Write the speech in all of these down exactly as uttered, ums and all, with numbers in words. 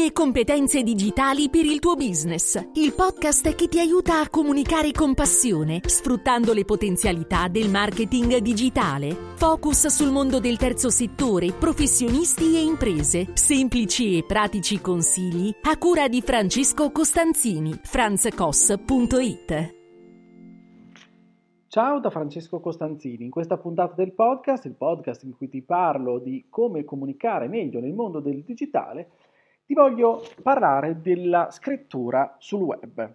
e competenze digitali per il tuo business. Il podcast che ti aiuta a comunicare con passione, sfruttando le potenzialità del marketing digitale. Focus sul mondo del terzo settore, professionisti e imprese. Semplici e pratici consigli a cura di Francesco Costanzini. franzcos punto it. Ciao da Francesco Costanzini. In questa puntata del podcast, il podcast in cui ti parlo di come comunicare meglio nel mondo del digitale, ti voglio parlare della scrittura sul web.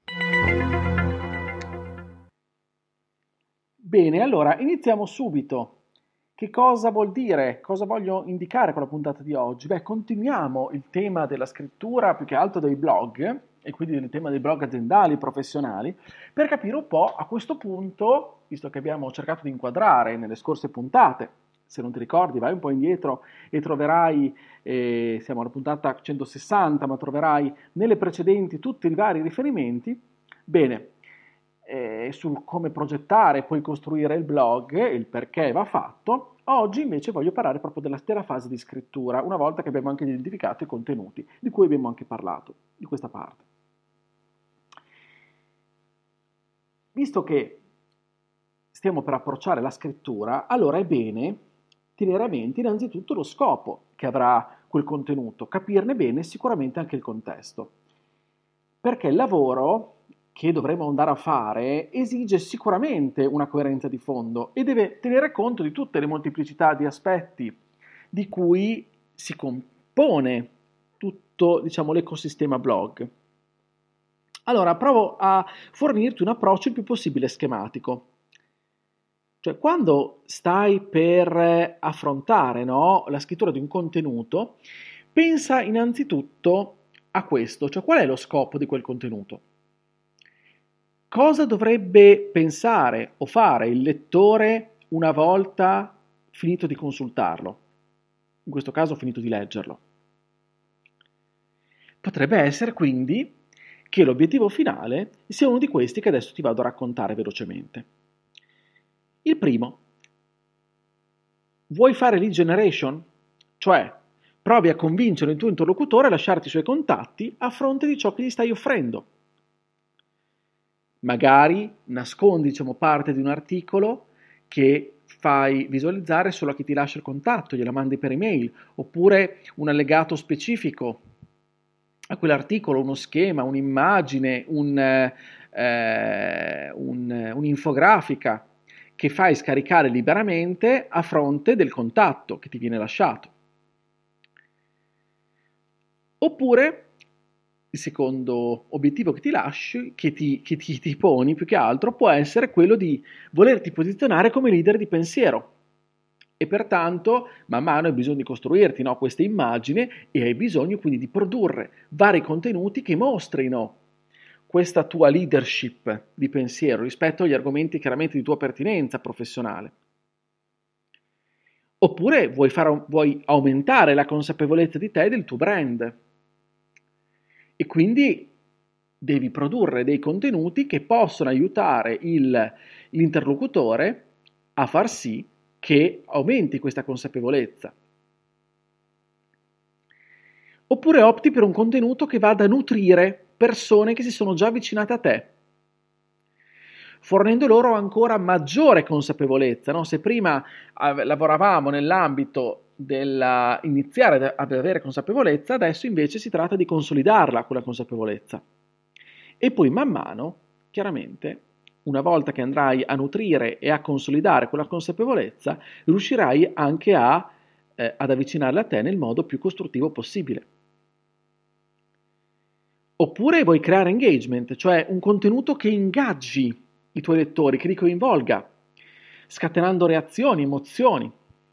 Bene, allora iniziamo subito. Che cosa vuol dire? Cosa voglio indicare con la puntata di oggi? Beh, continuiamo il tema della scrittura, più che altro dei blog, e quindi il tema dei blog aziendali, professionali, per capire un po' a questo punto, visto che abbiamo cercato di inquadrare nelle scorse puntate, se non ti ricordi vai un po' indietro e troverai, eh, siamo alla puntata centosessanta, ma troverai nelle precedenti tutti i vari riferimenti, bene, eh, sul come progettare e poi costruire il blog, il perché va fatto. Oggi invece voglio parlare proprio della, della fase di scrittura, una volta che abbiamo anche identificato i contenuti, di cui abbiamo anche parlato, di questa parte. Visto che stiamo per approcciare la scrittura, allora è bene tenere a mente innanzitutto lo scopo che avrà quel contenuto, capirne bene sicuramente anche il contesto. Perché il lavoro che dovremo andare a fare esige sicuramente una coerenza di fondo e deve tenere conto di tutte le molteplicità di aspetti di cui si compone tutto, diciamo, l'ecosistema blog. Allora, provo a fornirti un approccio il più possibile schematico. Cioè, quando stai per affrontare, no, la scrittura di un contenuto, pensa innanzitutto a questo, cioè qual è lo scopo di quel contenuto? Cosa dovrebbe pensare o fare il lettore una volta finito di consultarlo? In questo caso finito di leggerlo. Potrebbe essere quindi che l'obiettivo finale sia uno di questi che adesso ti vado a raccontare velocemente. Il primo, vuoi fare lead generation? Cioè, provi a convincere il tuo interlocutore a lasciarti i suoi contatti a fronte di ciò che gli stai offrendo. Magari nascondi, diciamo, parte di un articolo che fai visualizzare solo a chi ti lascia il contatto, gliela mandi per email, oppure un allegato specifico a quell'articolo, uno schema, un'immagine, un, eh, un, un'infografica che fai scaricare liberamente a fronte del contatto che ti viene lasciato. Oppure il secondo obiettivo che ti lasci, che ti, che ti, ti poni più che altro, può essere quello di volerti posizionare come leader di pensiero. E pertanto man mano hai bisogno di costruirti, no, queste immagini e hai bisogno quindi di produrre vari contenuti che mostrino questa tua leadership di pensiero rispetto agli argomenti chiaramente di tua pertinenza professionale. Oppure vuoi, fare, vuoi aumentare la consapevolezza di te e del tuo brand e quindi devi produrre dei contenuti che possono aiutare il, l'interlocutore a far sì che aumenti questa consapevolezza. Oppure opti per un contenuto che vada a nutrire persone che si sono già avvicinate a te, fornendo loro ancora maggiore consapevolezza, no? Se prima av- lavoravamo nell'ambito della iniziare ad avere consapevolezza, adesso invece si tratta di consolidarla quella consapevolezza. E poi man mano, chiaramente, una volta che andrai a nutrire e a consolidare quella consapevolezza, riuscirai anche a, eh, ad avvicinarla a te nel modo più costruttivo possibile. Oppure vuoi creare engagement, cioè un contenuto che ingaggi i tuoi lettori, che li coinvolga, scatenando reazioni, emozioni.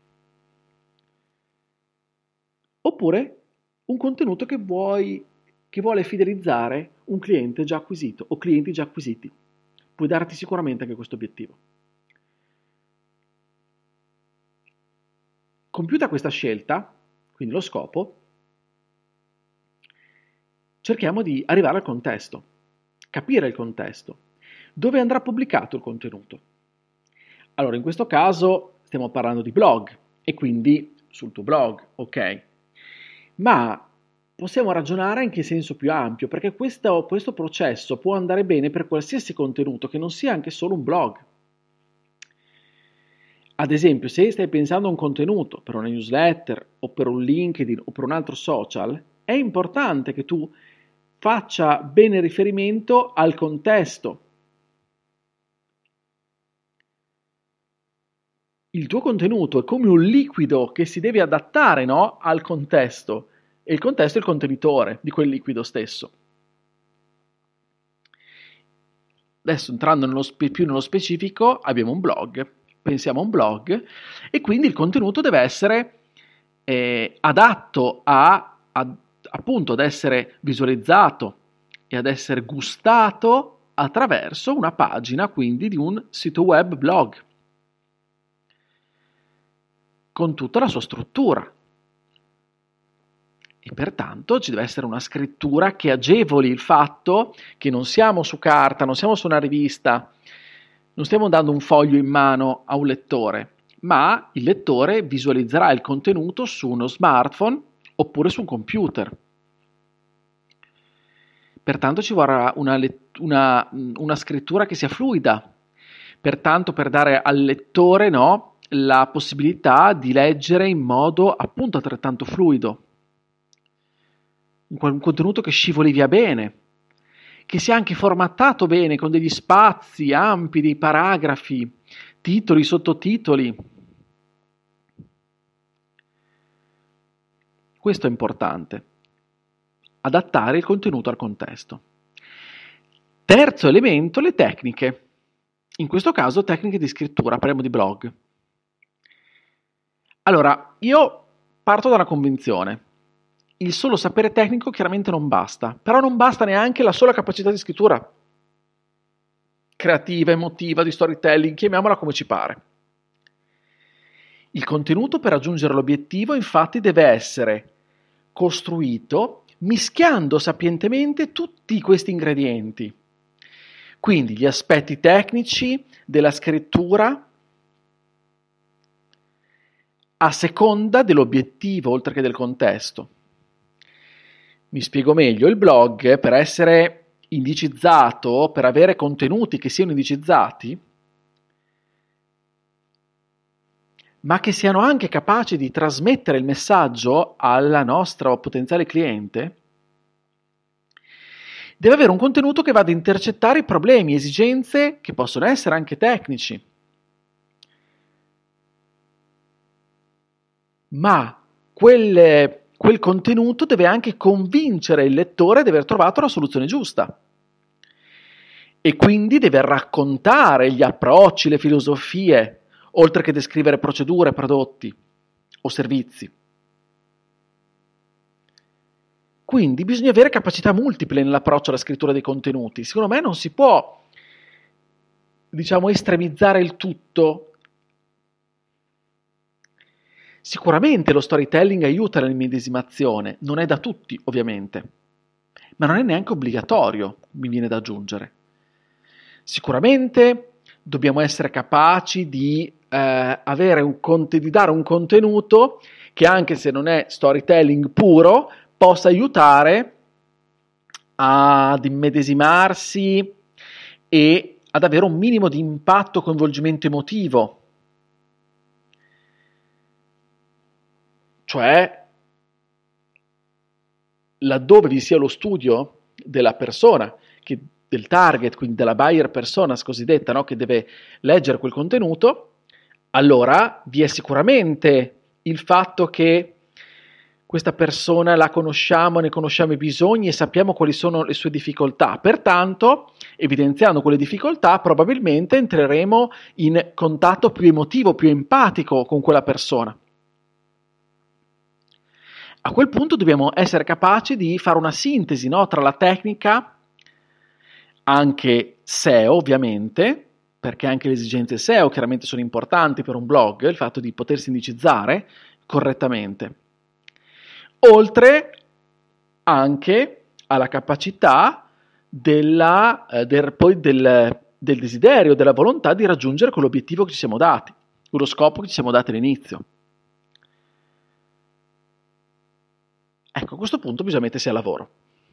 Oppure un contenuto che vuoi, che vuole fidelizzare un cliente già acquisito o clienti già acquisiti. Puoi darti sicuramente anche questo obiettivo. Compiuta questa scelta, quindi lo scopo, cerchiamo di arrivare al contesto, capire il contesto, dove andrà pubblicato il contenuto. Allora, in questo caso stiamo parlando di blog e quindi sul tuo blog, ok? Ma possiamo ragionare anche in senso più ampio, perché questo, questo processo può andare bene per qualsiasi contenuto che non sia anche solo un blog. Ad esempio, se stai pensando a un contenuto per una newsletter o per un LinkedIn o per un altro social, è importante che tu faccia bene riferimento al contesto. Il tuo contenuto è come un liquido che si deve adattare, no, al contesto, e il contesto è il contenitore di quel liquido stesso. Adesso, entrando nello spe- più nello specifico, abbiamo un blog, pensiamo a un blog, e quindi il contenuto deve essere eh, adatto a, a, appunto ad essere visualizzato e ad essere gustato attraverso una pagina, quindi di un sito web blog, con tutta la sua struttura. E pertanto ci deve essere una scrittura che agevoli il fatto che non siamo su carta, non siamo su una rivista, non stiamo dando un foglio in mano a un lettore, ma il lettore visualizzerà il contenuto su uno smartphone oppure su un computer. Pertanto ci vorrà una, una, una scrittura che sia fluida, pertanto per dare al lettore, no, la possibilità di leggere in modo appunto altrettanto fluido, un contenuto che scivoli via bene, che sia anche formattato bene con degli spazi ampi, dei paragrafi, titoli, sottotitoli. Questo è importante, adattare il contenuto al contesto. Terzo elemento, le tecniche. In questo caso tecniche di scrittura, parliamo di blog. Allora, io parto dalla convinzione: il solo sapere tecnico chiaramente non basta, però non basta neanche la sola capacità di scrittura creativa, emotiva, di storytelling, chiamiamola come ci pare. Il contenuto per raggiungere l'obiettivo infatti deve essere costruito mischiando sapientemente tutti questi ingredienti, quindi gli aspetti tecnici della scrittura a seconda dell'obiettivo oltre che del contesto. Mi spiego meglio: il blog, per essere indicizzato, per avere contenuti che siano indicizzati, ma che siano anche capaci di trasmettere il messaggio al nostro potenziale cliente, deve avere un contenuto che vada a intercettare i problemi, esigenze che possono essere anche tecnici, ma quel, quel contenuto deve anche convincere il lettore di aver trovato la soluzione giusta, e quindi deve raccontare gli approcci, le filosofie, oltre che descrivere procedure, prodotti o servizi. Quindi bisogna avere capacità multiple nell'approccio alla scrittura dei contenuti. Secondo me non si può, diciamo, estremizzare il tutto. Sicuramente lo storytelling aiuta nell'immedesimazione, non è da tutti ovviamente, ma non è neanche obbligatorio, mi viene da aggiungere. Sicuramente dobbiamo essere capaci di, eh, avere un conte- di dare un contenuto che, anche se non è storytelling puro, possa aiutare ad immedesimarsi e ad avere un minimo di impatto, coinvolgimento emotivo. Cioè, laddove vi sia lo studio della persona, che, del target, quindi della buyer personas cosiddetta, no? Che deve leggere quel contenuto, allora vi è sicuramente il fatto che questa persona la conosciamo, ne conosciamo i bisogni e sappiamo quali sono le sue difficoltà. Pertanto, evidenziando quelle difficoltà, probabilmente entreremo in contatto più emotivo, più empatico con quella persona. A quel punto dobbiamo essere capaci di fare una sintesi, no, tra la tecnica, anche S E O ovviamente, perché anche le esigenze S E O chiaramente sono importanti per un blog, il fatto di potersi indicizzare correttamente, oltre anche alla capacità della, eh, del, poi del, del desiderio, della volontà di raggiungere quell'obiettivo che ci siamo dati, quello scopo che ci siamo dati all'inizio. Ecco, Ecco, a questo punto bisogna mettersi al lavoro.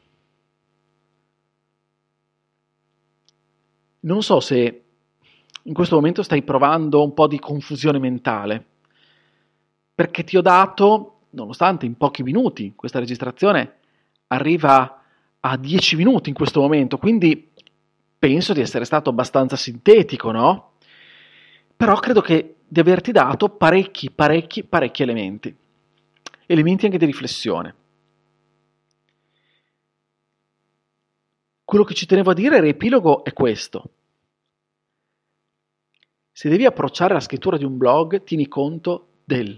Non so se in questo momento stai provando un po' di confusione mentale, perché ti ho dato, nonostante in pochi minuti, questa registrazione arriva a dieci minuti in questo momento, quindi penso di essere stato abbastanza sintetico, no? Però credo che di averti dato parecchi, parecchi, parecchi elementi, elementi anche di riflessione. Quello che ci tenevo a dire, il riepilogo, è questo. Se devi approcciare la scrittura di un blog, tieni conto del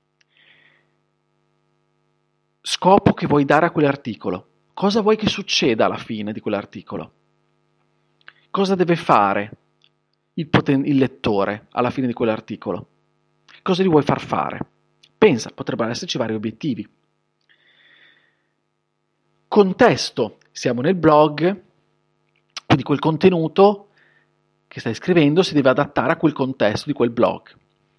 scopo che vuoi dare a quell'articolo. Cosa vuoi che succeda alla fine di quell'articolo? Cosa deve fare il, poten- il lettore alla fine di quell'articolo? Cosa gli vuoi far fare? Pensa, potrebbero esserci vari obiettivi. Contesto, siamo nel blog, quindi quel contenuto che stai scrivendo si deve adattare a quel contesto di quel blog.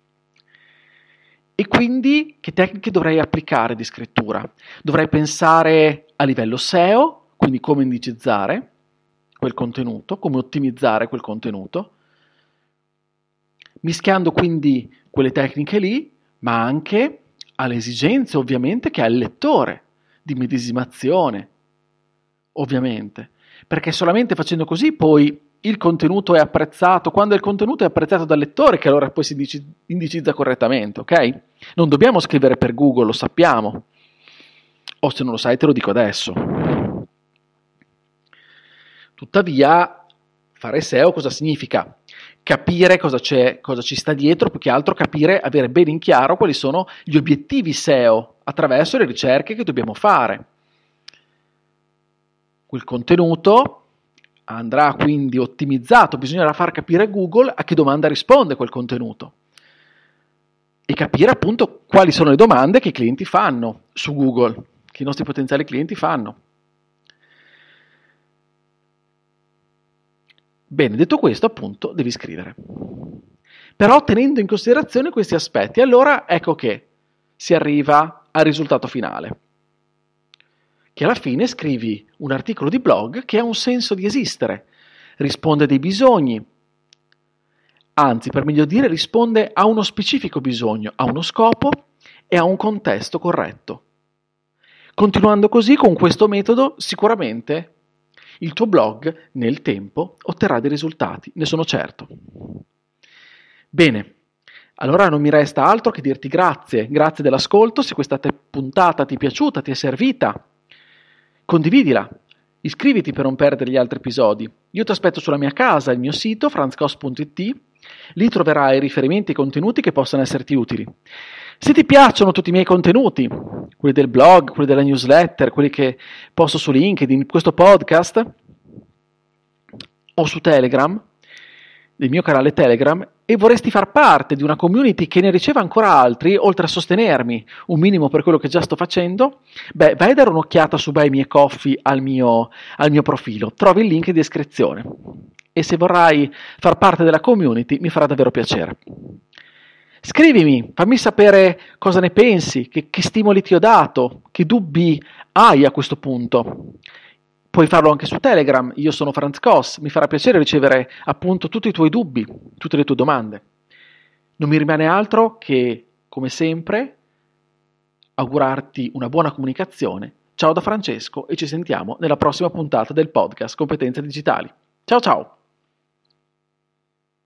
E quindi che tecniche dovrei applicare di scrittura? Dovrei pensare a livello S E O, quindi come indicizzare quel contenuto, come ottimizzare quel contenuto, mischiando quindi quelle tecniche lì, ma anche alle esigenze ovviamente che ha il lettore, di medesimazione, ovviamente, perché solamente facendo così poi il contenuto è apprezzato, quando il contenuto è apprezzato dal lettore, che allora poi si indicizza correttamente, ok? Non dobbiamo scrivere per Google, lo sappiamo. O se non lo sai te lo dico adesso. Tuttavia, fare S E O cosa significa? Capire cosa c'è, cosa ci sta dietro, più che altro capire, avere bene in chiaro quali sono gli obiettivi S E O attraverso le ricerche che dobbiamo fare. Quel contenuto andrà quindi ottimizzato, bisognerà far capire a Google a che domanda risponde quel contenuto e capire appunto quali sono le domande che i clienti fanno su Google, che i nostri potenziali clienti fanno. Bene, detto questo, appunto, devi scrivere. Però tenendo in considerazione questi aspetti, allora ecco che si arriva al risultato finale. Che alla fine scrivi un articolo di blog che ha un senso di esistere, risponde a dei bisogni, anzi, per meglio dire, risponde a uno specifico bisogno, a uno scopo e a un contesto corretto. Continuando così, con questo metodo, sicuramente il tuo blog nel tempo otterrà dei risultati, ne sono certo. Bene, allora non mi resta altro che dirti grazie, grazie dell'ascolto, se questa te- puntata ti è piaciuta, ti è servita, condividila, iscriviti per non perdere gli altri episodi. Io ti aspetto sulla mia casa, il mio sito franz cos punto it, lì troverai riferimenti e contenuti che possono esserti utili. Se ti piacciono tutti i miei contenuti, quelli del blog, quelli della newsletter, quelli che posto su LinkedIn, questo podcast o su Telegram, del mio canale Telegram, e vorresti far parte di una community che ne riceva ancora altri, oltre a sostenermi un minimo per quello che già sto facendo, beh, vai a dare un'occhiata su Buy Me a Coffee al mio, al mio profilo, trovi il link in descrizione. E se vorrai far parte della community mi farà davvero piacere. Scrivimi, fammi sapere cosa ne pensi, che, che stimoli ti ho dato, che dubbi hai a questo punto. Puoi farlo anche su Telegram, io sono Franz Cos, mi farà piacere ricevere appunto tutti i tuoi dubbi, tutte le tue domande. Non mi rimane altro che, come sempre, augurarti una buona comunicazione. Ciao da Francesco e ci sentiamo nella prossima puntata del podcast Competenze Digitali. Ciao ciao!